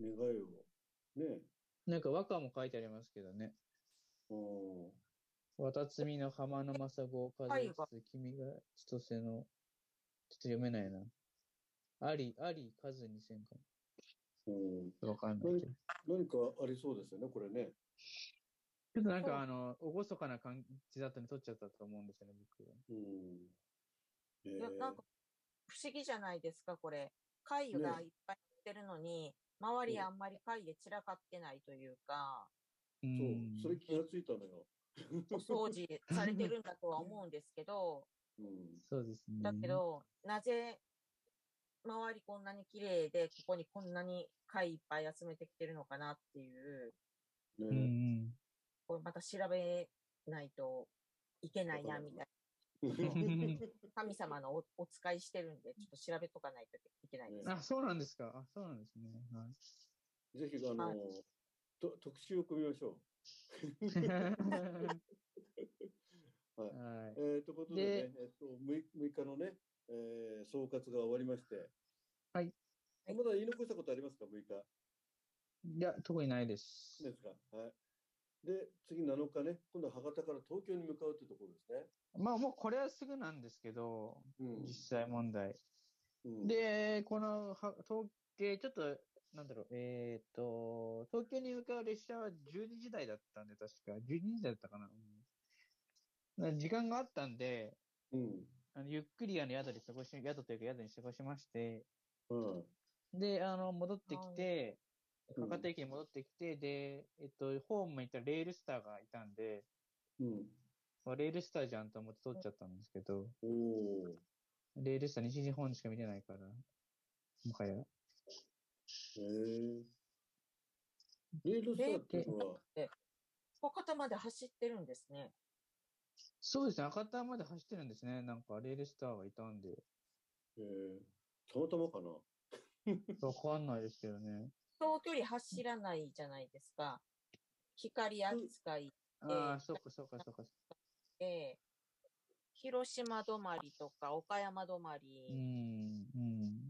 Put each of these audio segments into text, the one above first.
願いを。ね。 なんか和歌も書いてありますけどね。 うん。 渡積みの浜のまさごを数え貝が、 つつ、君が千歳の、ちょっと読めないな。あり数にせんかうん。 も。わかんないけ何、 ど。ち何かありそうですよね、これね。 ょっとなんそう、 か厳かな感じだったんで取っちゃったと思うんですよね、僕は。 うん。 いや、なんえか不思議じゃないですか、これ。貝がね。 いっぱい売ってるのに、周りそう。 あんまり貝で散らかってないというか、 うそう。それん。 気がついたのよ。 お掃除されてるんだとは思うんですけど、 うん。 そうですだけね。 ど、なぜ周りこんなに綺麗で、ここにこんなに貝いっぱい集めてきてるのかなっていう、 うね。 んこれまた調べないといけないな、 わからない。 みたいなことを、神様のお使いしてるんで、ちょっと調べとかないといけないでね。 すあ、そうなんですか。あ、そうなんですね。はい。 ぜひ、 はい。 特集を組みましょう。はい。 はというこい。で、 とでね、6日のね、総括が終わりまして、 はい。 はい。 まだ言い残したことありますか？ 6 日いや、特にないです。 ですか？はい。で、次7日ね、今度は博多から東京に向かうというところですね。 まあもうこれはすぐなんですけど、 うん。 実際問題。 うん。 で、この統計、ちょっと、なんだろう、東京に向かう列車は12時台だったんで、確か。12時台だったかな。時間があったんで、 うん。 ゆっくり宿というか宿に過ごしまして、 うん。 で、戻ってきはい。 て、 うん。 博多駅に戻ってきて、で、ホームに行ったらレールスターがいたんで、 うん。 あレールスターじゃんと思って撮っちゃったんですけど、 おー。 レールスター西日本しか見てないから、もはや。 えー、レールスタレーーっていうのは、 ルって、博多まで走ってるんですね。 そうですね。博多まで走ってるんですね。なんか、レールスターがいたんで。 えー、たまたまかな。 わかんないですけどね。 長距離走らないじゃないですか。光扱いああ、 で、 そうか、そうか、そうか。 で、広島止まりとか岡山止まうりん、うん。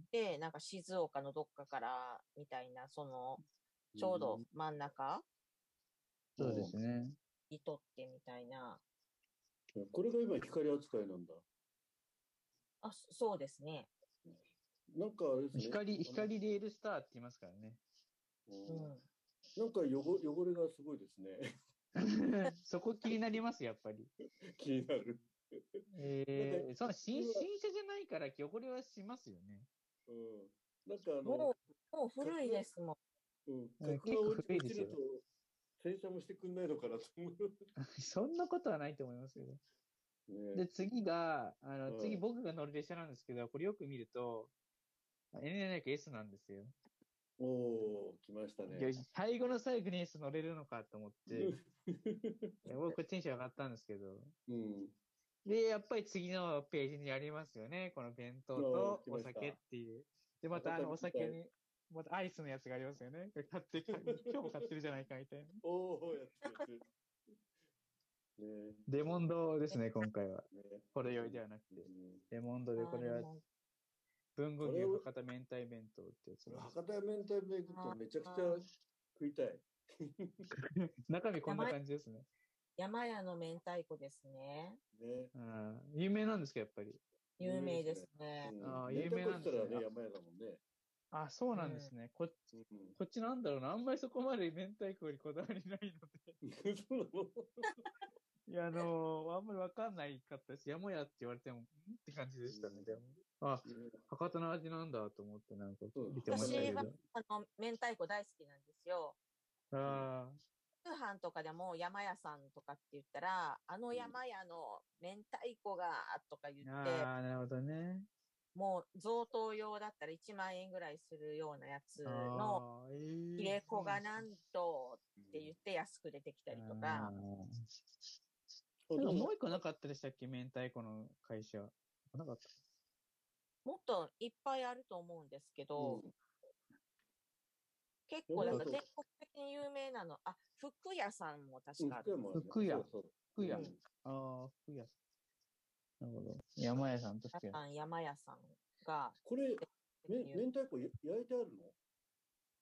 で、なんか静岡のどっかからみたいな、ちょうどうん。 真ん中そうであすね。 にとってみたいな。 あ、これが今光扱いなんだ。 あ、そうですね。 なんかあれですね。 光レールスターって言いますからね。 ううん、 ん。 なんか汚れがすごいですね。 そこ気になります、やっぱり。 気になる。なんかその今、 新車じゃないから汚れはしますよね。 うん、なんかももう古い角が、 ですもん。 うん、 うん、 角が結構落ちると古いですよ。 洗車もしてくんないのかなと思う。 そんなことはないと思いますけど。で、 ね。 次はい。 僕が乗る列車なんですけど、これよく見ると、N700S なんですよ。 おー、来ましたいや、 ね。 最後の最後に S 乗れるのかと思って、いや僕テンション上がったんですけど。 うん。 で、やっぱり次のページにありますよね。この弁当おー、 とお来ました。 酒っていう。で、また博多お明太。 酒に、またアイスのやつがありますよね。今日も買ってるじゃないかみたいな。 おー、やってるやってる。ね。 レモンドですね、今回は。 ね。 ほろ酔いでうん。 はなくて。 うん、 レモンドで、これはあれも、 文具これを、 牛博多明太弁当ってやつです。 博多明太ベーグルとあめちゃくちゃあ、 食いたい。 中身こんな山、 感じですね。 山屋の明太子ですね。 ね。 有名なんですか、やっぱり。 有有名で名ですね。 すね。 有明太子って名なんですね。 言ったらね、山屋だもんね。 そううん。 なんですね。 うん。 こっちなんだろうな。あんまりそこまで明太子にこだわりないので。 そうなの？ いや、あんまりわかんないかったし、山屋って言われても、って感じでしたね、 うん。 でも。あ、 ね、 博多の味なんだと思ってなんかそう、 見てま博多私は、 したけど。 明太子大好きなんですよ。 うん。 あ通販とかでも山屋さんとかって言ったら、あのうん。 山屋の明太子が、とか言って、 なるほどね。 もう贈答用だったら1万円ぐらいするようなやつの切れ子がそうなんですね。 なんとうん。 って言って安く出てきたありとか、 あ、でなんかもうも、 一個なかったでしたっけ明太子の会社。なかった。 もっといっぱいあると思うんですけど、 うん。 結構だ山屋さん、 から全国的に有名なの、あ、福屋さんも確うん、 かあるんです。 福山はね、 福屋。 そうそう。 福屋。 うん。 福屋。なるほど。山屋さんと福屋。 山屋さんがこれ、 有明太子焼いてあるの？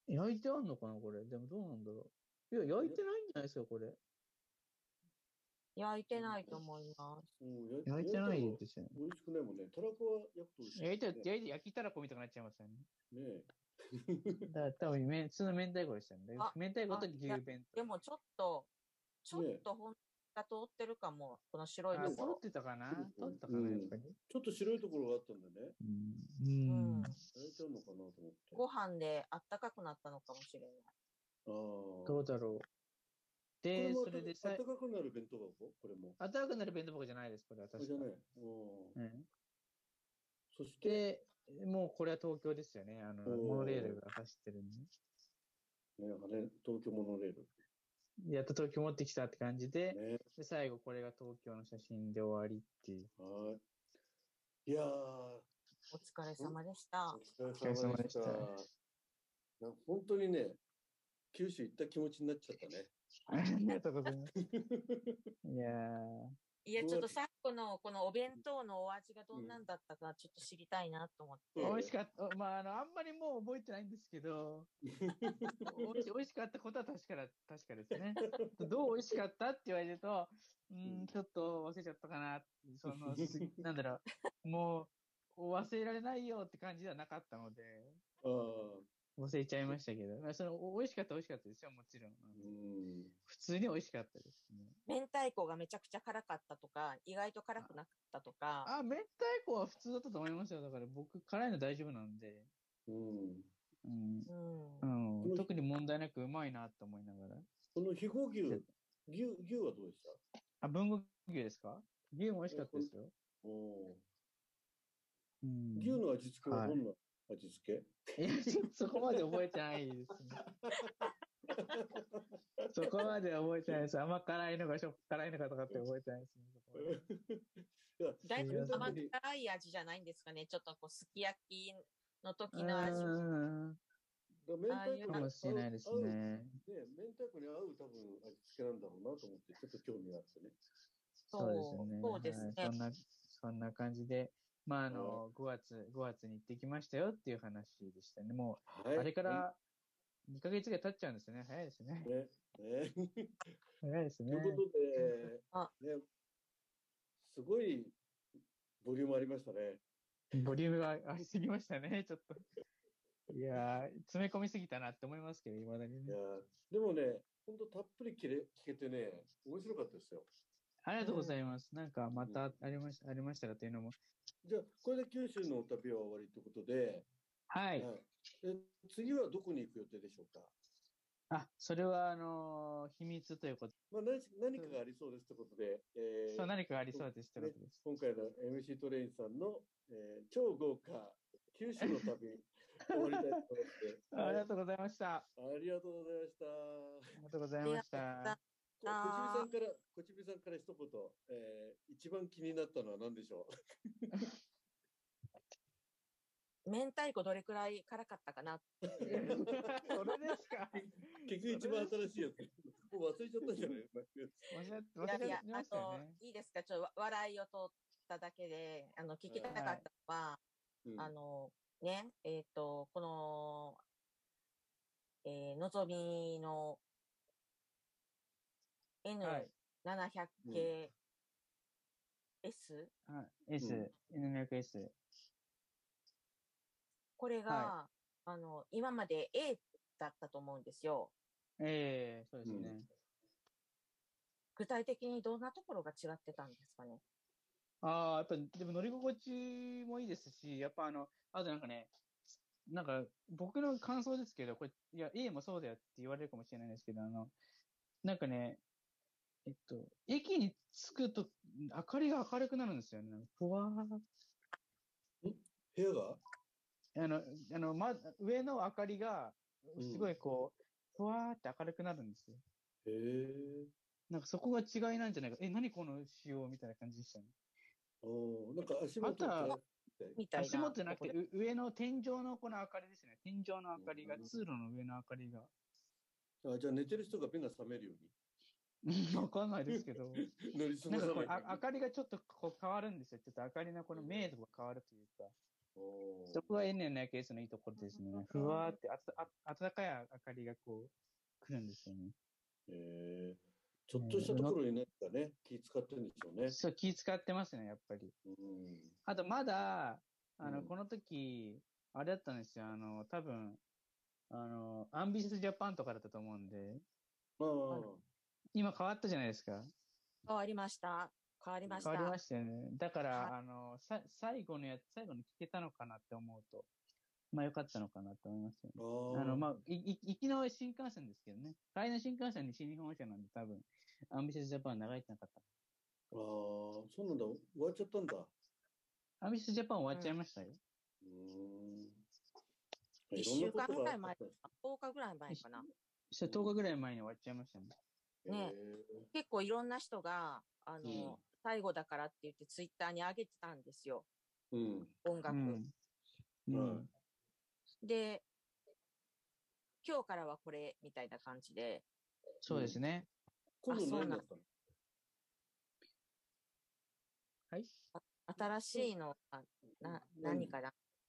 焼いてあんのかな、これ。でもどうなんだろう。いや、焼いてないんじゃないですか、これ。 焼いてないと思います。 焼いてないですよね。 美味しくないもんね。たらこは焼くと美味しい、 焼きたらこみたくなっちゃいますよね。 ね。 だから多分、普通の明太子でしたね。 あ明太子といや牛弁でもちょっと本が通ってるかも、この白い当。あ、 ところ。 通ってたかなそう通ったかな、やっぱり。 ちょっと白いところがあったんでね。 うん。 焼いちゃうのかなと思って。 ご飯であったかくなったのかもしれない。 どうだろう。 こで、 れもそれであったかくなる弁当箱これも。 あったかくなる弁当箱じゃないです、これは確か。 じゃない。そして、 で、もうこれは東京ですよね。モノレールが走ってるんで。 東京モノレール。 やっと東京持ってきたって感じで、 ね、 で、最後これが東京の写真で終わりっていう。 はい。いやー、 お疲れ様でした。 お疲れ様でした。本当にね、九州行った気持ちになっちゃったね。 ありがとうございます。 いや、ちょっと最後のこのお弁当のお味がどんなんだったかちょっと知りたいなと思って。 美味しかった。まあ、あんまりもう覚えてないんですけど、美味しかったことは確かですね。どう美味しかったって言われると、ちょっと忘れちゃったかな。なんだろう、もう忘れられないよって感じではなかったので、忘れちゃいましたけど、美味しかったですよ、もちろん。普通に美味しかったですね。 明太子がめちゃくちゃ辛かったとか、意外と辛くなかったとか。 明太子は普通だったと思いますよ。だから僕、辛いの大丈夫なんで。特に問題なくうまいなと思いながら。 この肥後牛はどうでした？ 豊後牛ですか？牛も美味しかったですよ。 牛の味付けはどんな味付け？ いや、そこまで覚えてないですね。そこまで覚えてないです。甘辛いのかしょっ辛いのかとかって覚えてないですね。 だいぶ甘辛い味じゃないんですかね。ちょっとこうすき焼きの時の味。 明太子かもしれないですね。 明太子に合う多分味付けなんだろうなと思ってちょっと興味があってね。 そうですね。 そうですね。 そんな感じで、まあ5月に行ってきましたよっていう話でしたね。もう、あれから2ヶ月ぐらい経っちゃうんですね。早いですね。早いですね。 ということで、すごいボリュームありましたね。 ボリュームがありすぎましたね、ちょっと。いや詰め込みすぎたなって思いますけど、いまだにね。 でもね、本当たっぷり聞けてね、面白かったですよ。 ありがとうございます。なんかまたありましたらというのも。 じゃあ、これで九州の旅は終わりということで、 はい。 次はどこに行く予定でしょうか？ それは秘密ということ。 何かがありそうですということで、 そう、何かがありそうですということです。 今回の MC トレインさんの、超豪華九州の旅、終わりたいと思います。 ありがとうございました。 ありがとうございました。 ありがとうございました。 こちびさんから一言、一番気になったのは何でしょう？ 明太子どれくらい辛かったかな？ それですか？ 結局一番新しいやつ。もう忘れちゃったじゃないですか。 あと、いいですか？ちょっと笑いを取っただけで、聞きたかったのは、この、のぞみの N700 系 S？ N700S。 これが、今まで A だったと思うんですよ。 そうですね。 具体的にどんなところが違ってたんですかね？ やっぱでも乗り心地もいいですし、やっぱあとなんかね、なんか僕の感想ですけど、これ、いや、A もそうだよって言われるかもしれないですけど、なんかね、駅に着くと明かりが明るくなるんですよね。ふわー。 部屋が上の明かりが、すごいこう、ふわーって明るくなるんですよ。なんかそこが違いなんじゃないか。何この仕様みたいな感じでしたね。 なんか足元みたいな。 足元じゃなくて、上の天井のこの明かりですね。天井の明かりが、通路の上の明かりが。 じゃあ寝てる人が目が覚めるように。 わかんないですけど。なんかこれ明かりがちょっとこう変わるんですよ。ちょっと明かりのこの明度が変わるというか。 おーそこが NNS のいいところですね。ふわーって暖かい明かりがこう、来るんですよね。 ちょっとしたところになんかね、気使ってるんでしょうね。 そう、気使ってますね、やっぱり。 うん。 あと、まだ、 うんこの時、あれだったんですよ。多分、アンビシャスジャパンとかだったと思うんで、 ああ、 今変わったじゃないですか。 変わりました。変わりまし変わりた。 ましたよね。だかはら、最後の聞けたのかなって思うと、まあ良かったのかなと思いますよね。まあ、行きの新幹線ですけどね。帰りの新幹線西日本車なんで多分、アンビシャスジャパン長いってなかった。 そうなんだ。終わっちゃったんだ。 アンビシャスジャパン終わっちゃいましたよ。 うーん。 い。1 いろんな週間ことがあぐらい前、 ったんです。 10日ぐらい前かな。 それ10日ぐらい前に終わっちゃいましたね。 ね、 え結構いろんな人が、 うん最後だからって言ってツイッターに上げてたんですよ。 うん。 音楽。 うん。 はいで、今日からはこれみたいな感じで、 そうですね。 今度そうなん何だったの？ はい。 新しいのは何かな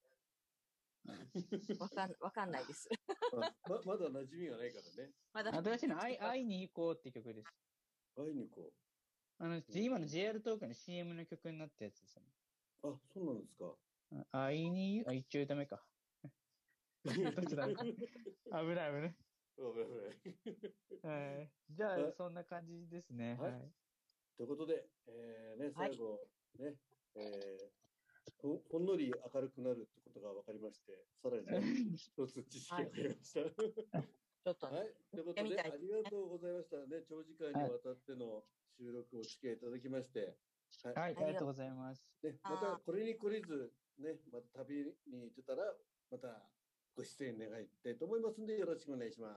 わかんないです。 まだ馴染みがないからね。 まだ、 新しいの、会いに行こうって曲です。 会いに行こ今の JR 東京の CM の曲になったやつですね。 う。そうなんですか。 会いに、一応ダメか。どっちだ危ない危ない。 危ない危ない。 はい。じゃあ、そんな感じですね。 はいはい。 ということで、最後、ね、ほんのり明るくなるってことが分かりまして、さらにね、一つ知識が増えました。 ちょっと、 はい。ということで、ありがとうございましたね。長時間にわたっての収録をお付き合いいただきまして。 はい、ありがとうございます。 ね、またこれに懲りず、ね、また旅に出たら、またご出演願いたいと思いますので、よろしくお願いします。